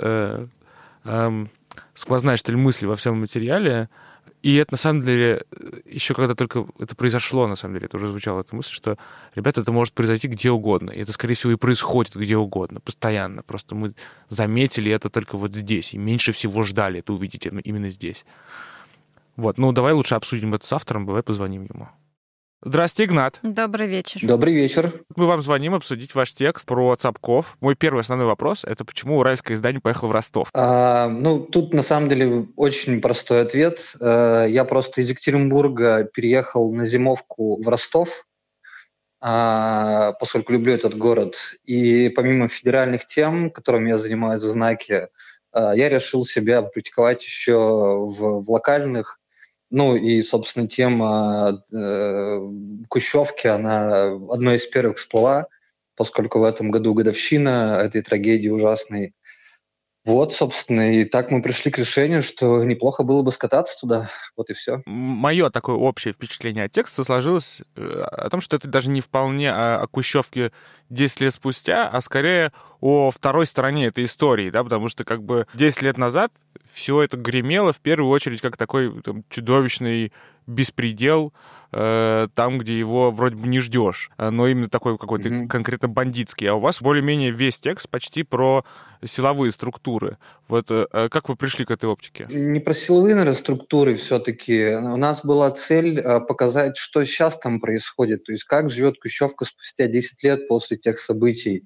сквозная, что ли, мысль во всем материале. И это, на самом деле, еще когда только это произошло, на самом деле, это уже звучала эта мысль, что, ребята, это может произойти где угодно. И это, скорее всего, и происходит где угодно, постоянно. Просто мы заметили это только вот здесь, и меньше всего ждали это увидеть именно здесь. Вот, ну, давай лучше обсудим это с автором, давай позвоним ему. Здравствуйте, Игнат.
Добрый вечер.
Добрый вечер.
Мы вам звоним обсудить ваш текст про Цапков. Мой первый основной вопрос — это почему уральское издание поехало в Ростов?
Ну, тут на самом деле очень простой ответ. Я просто из Екатеринбурга переехал на зимовку в Ростов, поскольку люблю этот город. И помимо федеральных тем, которыми я занимаюсь в «Знаке», я решил себя практиковать еще в локальных. Ну и, собственно, тема Кущевки, она одной из первых всплыла, поскольку в этом году годовщина этой трагедии ужасной. Вот, собственно, и так мы пришли к решению, что неплохо было бы скататься туда. Вот и все.
Мое такое общее впечатление от текста сложилось о том, что это даже не вполне о Кущевке 10 лет спустя, а скорее о второй стороне этой истории, да, потому что как бы 10 лет назад все это гремело в первую очередь как такой там, чудовищный беспредел, там, где его вроде бы не ждешь, но именно такой какой-то конкретно бандитский. А у вас более-менее весь текст почти про силовые структуры. Вот как вы пришли к этой оптике?
Не про силовые, наверное, структуры все-таки. У нас была цель показать, что сейчас там происходит, то есть как живет Кущевка спустя 10 лет после тех событий.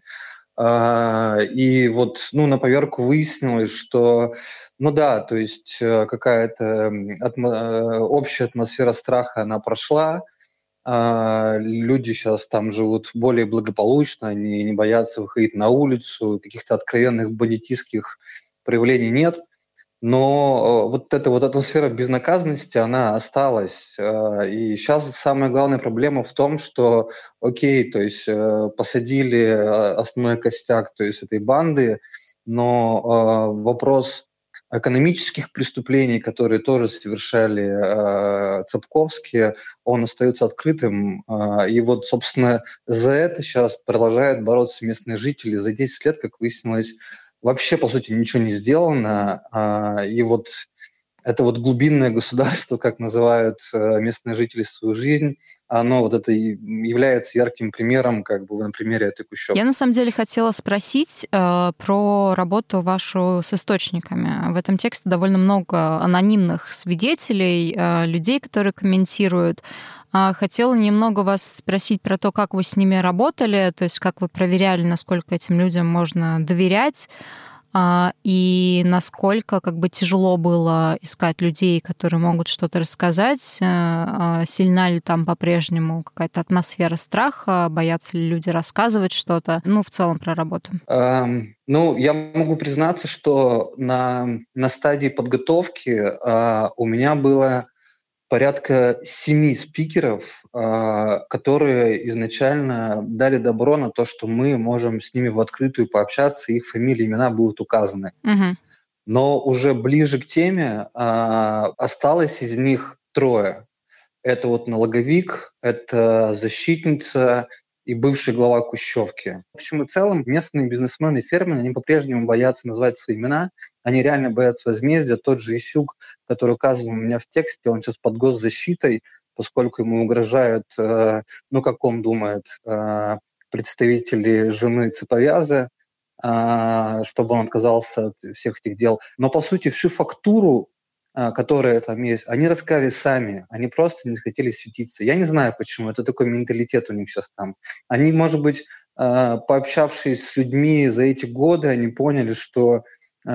И вот, ну, на поверку выяснилось, что, ну да, то есть какая-то общая атмосфера страха, она прошла, люди сейчас там живут более благополучно, они не боятся выходить на улицу, каких-то откровенных бандитских проявлений нет. Но вот эта вот атмосфера безнаказанности, она осталась. И сейчас самая главная проблема в том, что, окей, то есть посадили основной костяк, то есть этой банды, но вопрос экономических преступлений, которые тоже совершали цепковские, он остается открытым. И вот, собственно, за это сейчас продолжают бороться местные жители. За 10 лет, как выяснилось, вообще, по сути, ничего не сделано. И вот это вот глубинное государство, как называют местные жители свою жизнь, оно вот это и является ярким примером, как бы на примере этой Кущевки.
Я на самом деле хотела спросить про работу вашу с источниками. В этом тексте довольно много анонимных свидетелей, людей, которые комментируют. Хотела немного вас спросить про то, как вы с ними работали, то есть как вы проверяли, насколько этим людям можно доверять, и насколько как бы тяжело было искать людей, которые могут что-то рассказать, сильна ли там по-прежнему какая-то атмосфера страха, боятся ли люди рассказывать что-то, в целом про работу.
Я могу признаться, что на стадии подготовки у меня было порядка 7 спикеров, которые изначально дали добро на то, что мы можем с ними в открытую пообщаться, их фамилии, имена будут указаны.
Угу.
Но уже ближе к теме осталось из них 3. Это вот налоговик, это защитница и бывший глава Кущевки. В общем и целом местные бизнесмены и фермеры, они по-прежнему боятся назвать свои имена, они реально боятся возмездия. Тот же Исюк, который указан у меня в тексте, он сейчас под госзащитой, поскольку ему угрожают, как он думает, представители жены Цеповяза, чтобы он отказался от всех этих дел. Но, по сути, всю фактуру, которые там есть, они рассказали сами, они просто не хотели светиться. Я не знаю, почему, это такой менталитет у них сейчас там. Они, может быть, пообщавшись с людьми за эти годы, они поняли, что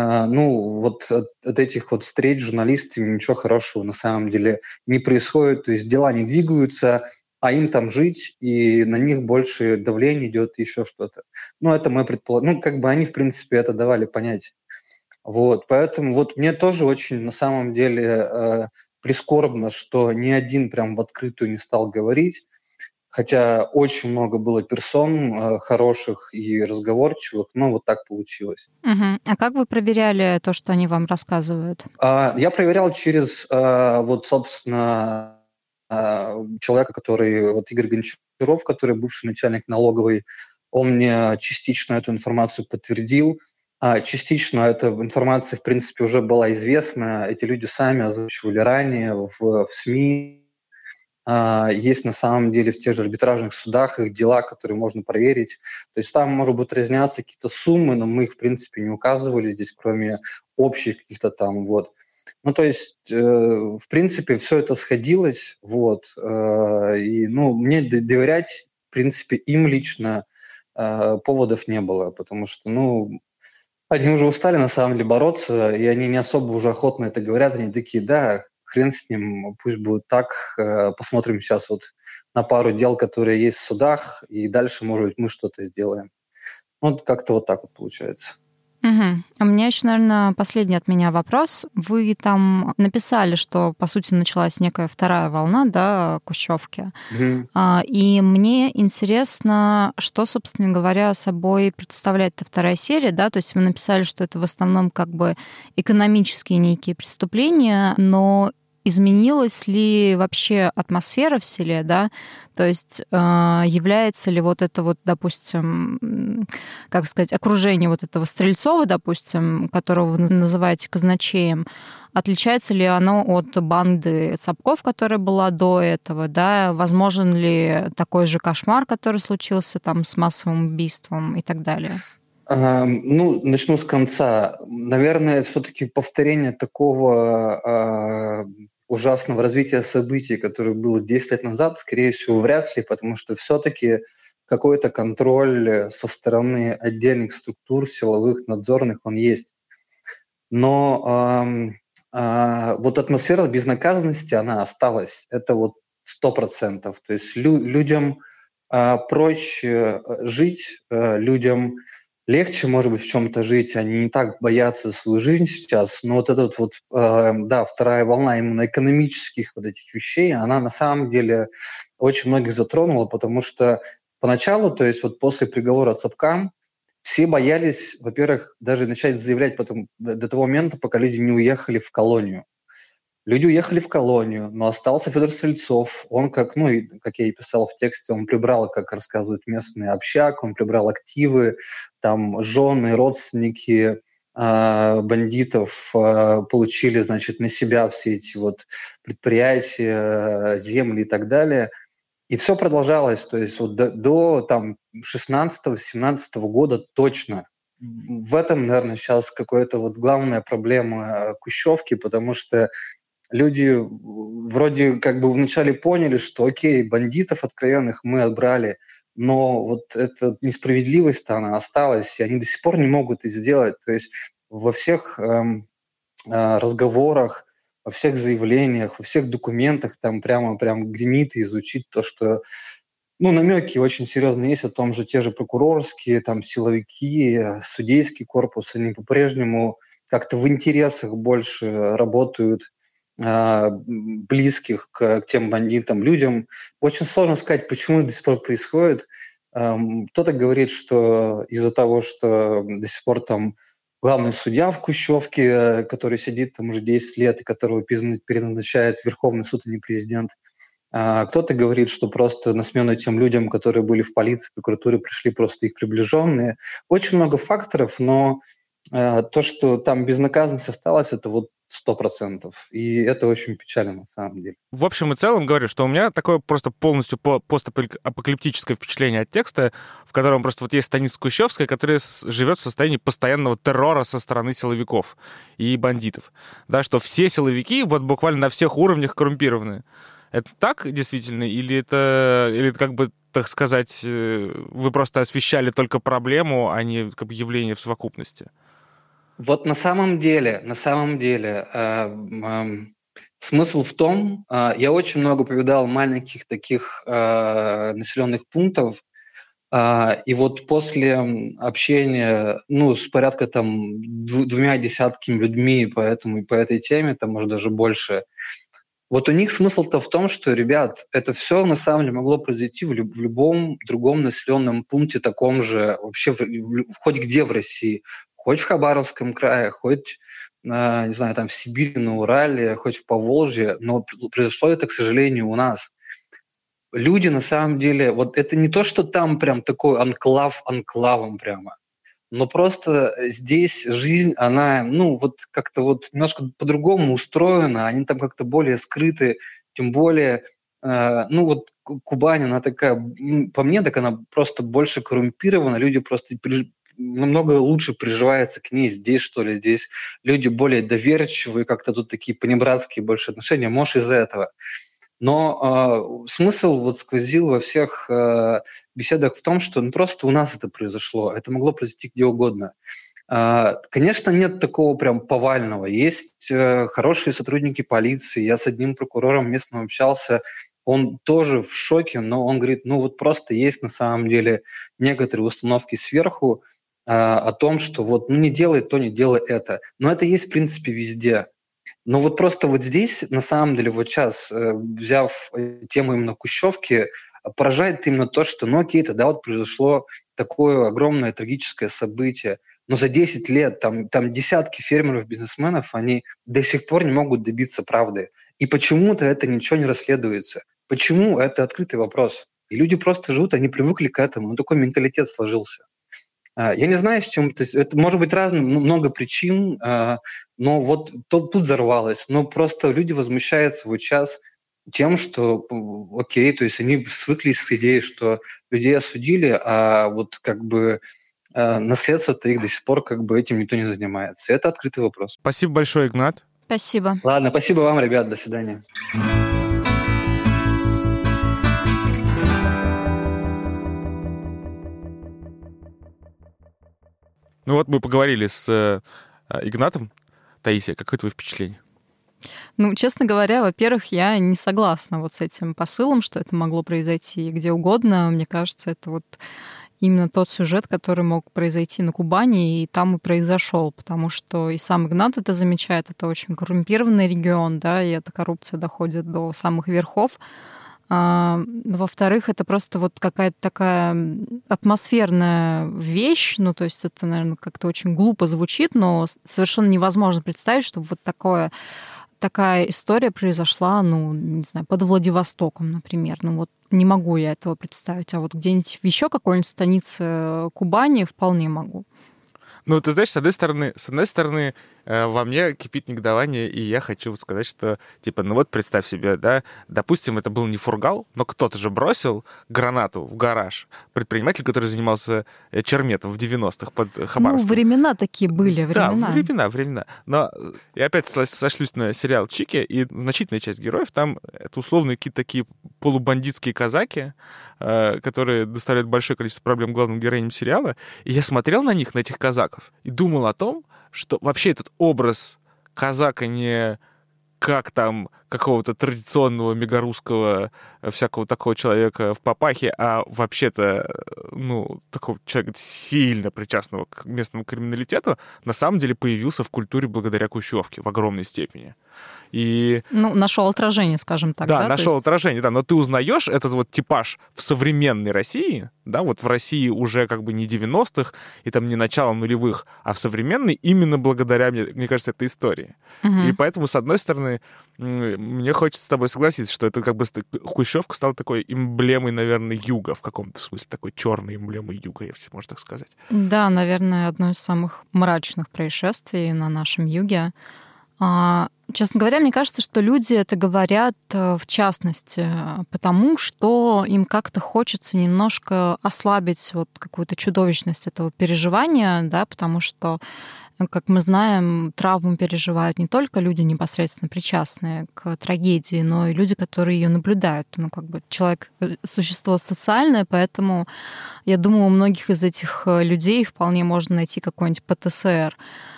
от этих вот встреч с журналистами ничего хорошего на самом деле не происходит, то есть дела не двигаются, а им там жить, и на них больше давление идет, еще что-то. Это мое предположение. Они, в принципе, это давали понять. Вот, поэтому вот мне тоже очень, на самом деле, прискорбно, что ни один прям в открытую не стал говорить, хотя очень много было персон хороших и разговорчивых, но вот так получилось.
Угу. А как вы проверяли то, что они вам рассказывают?
Я проверял через, человека, который, Игорь Гончаров, который бывший начальник налоговой, он мне частично эту информацию подтвердил. Частично эта информация, в принципе, уже была известна. Эти люди сами озвучивали ранее в СМИ. Есть на самом деле в тех же арбитражных судах их дела, которые можно проверить. То есть там, может быть, разнятся какие-то суммы, но мы их, в принципе, не указывали здесь, кроме общих каких-то там, вот. В принципе, все это сходилось, мне доверять, в принципе, им лично поводов не было, потому что, они уже устали, на самом деле, бороться, и они не особо уже охотно это говорят. Они такие, да, хрен с ним, пусть будет так. Посмотрим сейчас вот на пару дел, которые есть в судах, и дальше, может быть, мы что-то сделаем. Как-то вот так вот получается.
Угу. У меня еще, наверное, последний от меня вопрос. Вы там написали, что, по сути, началась некая вторая волна, да, Кущевки.
Угу.
И мне интересно, что, собственно говоря, собой представляет эта вторая серия, да, то есть вы написали, что это в основном как бы экономические некие преступления, но изменилась ли вообще атмосфера в селе, да? То есть является ли вот это вот, допустим, окружение вот этого Стрельцова, допустим, которого вы называете казначеем, отличается ли оно от банды Цапков, которая была до этого, да? Возможен ли такой же кошмар, который случился там с массовым убийством и так далее?
Начну с конца. Наверное, все-таки повторение такого ужасного развития событий, которое было 10 лет назад, скорее всего, вряд ли, потому что все-таки какой-то контроль со стороны отдельных структур силовых, надзорных, он есть. Но вот атмосфера безнаказанности, она осталась. Это вот 100%. То есть людям проще жить, людям легче, может быть, в чем-то жить, они не так боятся за свою жизнь сейчас, но вот этот вот, да, вторая волна именно экономических вот этих вещей, она на самом деле очень многих затронула, потому что поначалу, то есть вот после приговора Цапкан, все боялись, во-первых, даже начать заявлять потом, до того момента, пока люди не уехали в колонию. Люди уехали в колонию, но остался Федор Стрельцов. Он, как, ну, и, как я и писал в тексте, он прибрал, как рассказывают местные, общак, он прибрал активы, там жены, родственники бандитов получили, значит, на себя все эти вот предприятия, земли и так далее. И все продолжалось, то есть вот до там 16-17 года точно. В этом, наверное, сейчас какая-то вот главная проблема Кущевки, потому что люди вроде как бы вначале поняли, что окей, бандитов откровенных мы отбрали, но вот эта несправедливость, она осталась, и они до сих пор не могут это сделать. То есть во всех разговорах, во всех заявлениях, во всех документах там прям гремит и звучит то, что ну, намеки очень серьезные есть о том же, те же прокурорские, там, силовики, судейский корпус, они по-прежнему как-то в интересах больше работают близких к тем бандитам людям. Очень сложно сказать, почему это до сих пор происходит. Кто-то говорит, что из-за того, что до сих пор там главный судья в Кущевке, который сидит там уже 10 лет и которого переназначает Верховный суд, а не президент. Кто-то говорит, что просто на смену тем людям, которые были в полиции, прокуратуре, пришли просто их приближенные. Очень много факторов, но то, что там безнаказанность осталась, это вот 100%. И это очень печально на самом деле.
В общем и целом говорю, что у меня такое просто полностью постапокалиптическое впечатление от текста, в котором просто вот есть станица Кущевская, которая живет в состоянии постоянного террора со стороны силовиков и бандитов. Да, что все силовики вот буквально на всех уровнях коррумпированы. Это так действительно? Или это как бы, так сказать, вы просто освещали только проблему, а не как бы явление в совокупности?
Вот на самом деле, смысл в том, я очень много повидал маленьких таких населенных пунктов, и вот после общения, ну, с порядка там 2 десятками людьми по этой теме, там, может, даже больше, вот у них смысл-то в том, что, ребят, это все на самом деле могло произойти в любом другом населенном пункте, таком же, вообще хоть где в России, хоть в Хабаровском крае, хоть, не знаю, там в Сибири, на Урале, хоть в Поволжье, но произошло это, к сожалению, у нас. Люди на самом деле, вот это не то, что там прям такой анклав анклавом прямо, но просто здесь жизнь, она, ну, вот как-то вот немножко по-другому устроена, они там как-то более скрыты, тем более, ну, вот Кубань, она такая, по мне, так она просто больше коррумпирована, люди просто намного лучше приживаются к ней здесь, что ли, здесь люди более доверчивые, как-то тут такие понебратские больше отношения, может, из-за этого. Но смысл вот сквозил во всех беседах в том, что ну, просто у нас это произошло. Это могло произойти где угодно. Конечно, нет такого прям повального. Есть хорошие сотрудники полиции. Я с одним прокурором местным общался. Он тоже в шоке, но он говорит, ну вот просто есть на самом деле некоторые установки сверху о том, что вот ну, не делай то, не делай это. Но это есть в принципе везде. Но вот просто вот здесь, на самом деле, вот сейчас, взяв тему именно Кущевки, поражает именно то, что, ну окей, тогда вот произошло такое огромное трагическое событие, но за 10 лет там десятки фермеров, бизнесменов, они до сих пор не могут добиться правды. И почему-то это ничего не расследуется. Почему? Это открытый вопрос. И люди просто живут, они привыкли к этому, ну такой менталитет сложился. Я не знаю, с чем это может быть разным, много причин, но вот тут взорвалось. Но просто люди возмущаются вот сейчас тем, что окей, то есть они свыклись с идеей, что людей осудили, а вот как бы наследство-то их до сих пор как бы этим никто не занимается. Это открытый вопрос.
Спасибо большое, Игнат.
Спасибо.
Ладно, спасибо вам, ребят, до свидания.
Ну вот мы поговорили с Игнатом. Таисия, какое твое впечатление?
Ну, честно говоря, во-первых, я не согласна вот с этим посылом, что это могло произойти где угодно. Мне кажется, это вот именно тот сюжет, который мог произойти на Кубани, и там и произошел, потому что и сам Игнат это замечает, это очень коррумпированный регион, да, и эта коррупция доходит до самых верхов. Во-вторых, это просто вот какая-то такая атмосферная вещь, ну, то есть это, наверное, как-то очень глупо звучит, но совершенно невозможно представить, чтобы вот такая история произошла, ну, не знаю, под Владивостоком, например. Ну, вот не могу я этого представить, а вот где-нибудь в еще какой-нибудь станице Кубани вполне могу.
Ну, ты знаешь, с одной стороны, во мне кипит негодование, и я хочу сказать, что, типа, ну вот представь себе, да, допустим, это был не фургал, но кто-то же бросил гранату в гараж. Предприниматель, который занимался черметом в 90-х под Хабаровском.
Ну, времена такие были, времена.
Да, времена. Но я опять сошлюсь на сериал «Чики», и значительная часть героев там это условные какие-то такие полубандитские казаки, которые доставляют большое количество проблем главным героиням сериала. И я смотрел на них, на этих казаков, и думал о том, что вообще этот образ казака не как там какого-то традиционного мегарусского всякого такого человека в папахе, а вообще-то, ну, такого человека сильно причастного к местному криминалитету, на самом деле появился в культуре благодаря Кущевке в огромной степени. И...
Ну, нашел отражение, скажем так.
Да, нашел отражение, да. Но ты узнаешь этот вот типаж в современной России, да, вот в России уже как бы не 90-х и там не начало нулевых, а в современной именно благодаря, мне кажется, этой истории. И поэтому, с одной стороны, мне хочется с тобой согласиться, что это как бы Кущевка стала такой эмблемой, наверное, юга в каком-то смысле, такой черной эмблемой юга, если можно так сказать.
Да, наверное, одно из самых мрачных происшествий на нашем юге. Честно говоря, мне кажется, что люди это говорят в частности потому, что им как-то хочется немножко ослабить вот какую-то чудовищность этого переживания, да, потому что, как мы знаем, травму переживают не только люди, непосредственно причастные к трагедии, но и люди, которые ее наблюдают. Ну, как бы человек — существо социальное, поэтому, я думаю, у многих из этих людей вполне можно найти какой-нибудь ПТСР.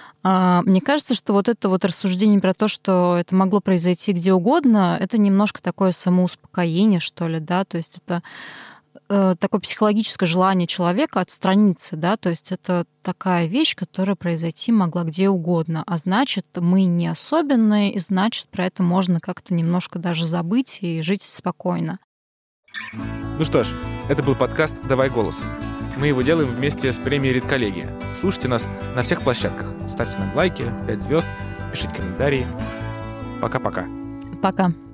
Мне кажется, что вот это вот рассуждение про то, что это могло произойти где угодно, это немножко такое самоуспокоение, что ли, да, то есть это такое психологическое желание человека отстраниться, да, то есть это такая вещь, которая произойти могла где угодно, а значит, мы не особенные, и значит, про это можно как-то немножко даже забыть и жить спокойно.
Ну что ж, это был подкаст «Давай голос». Мы его делаем вместе с премией «Редколлегия». Слушайте нас на всех площадках. Ставьте нам лайки, 5 звезд, пишите комментарии. Пока-пока.
Пока.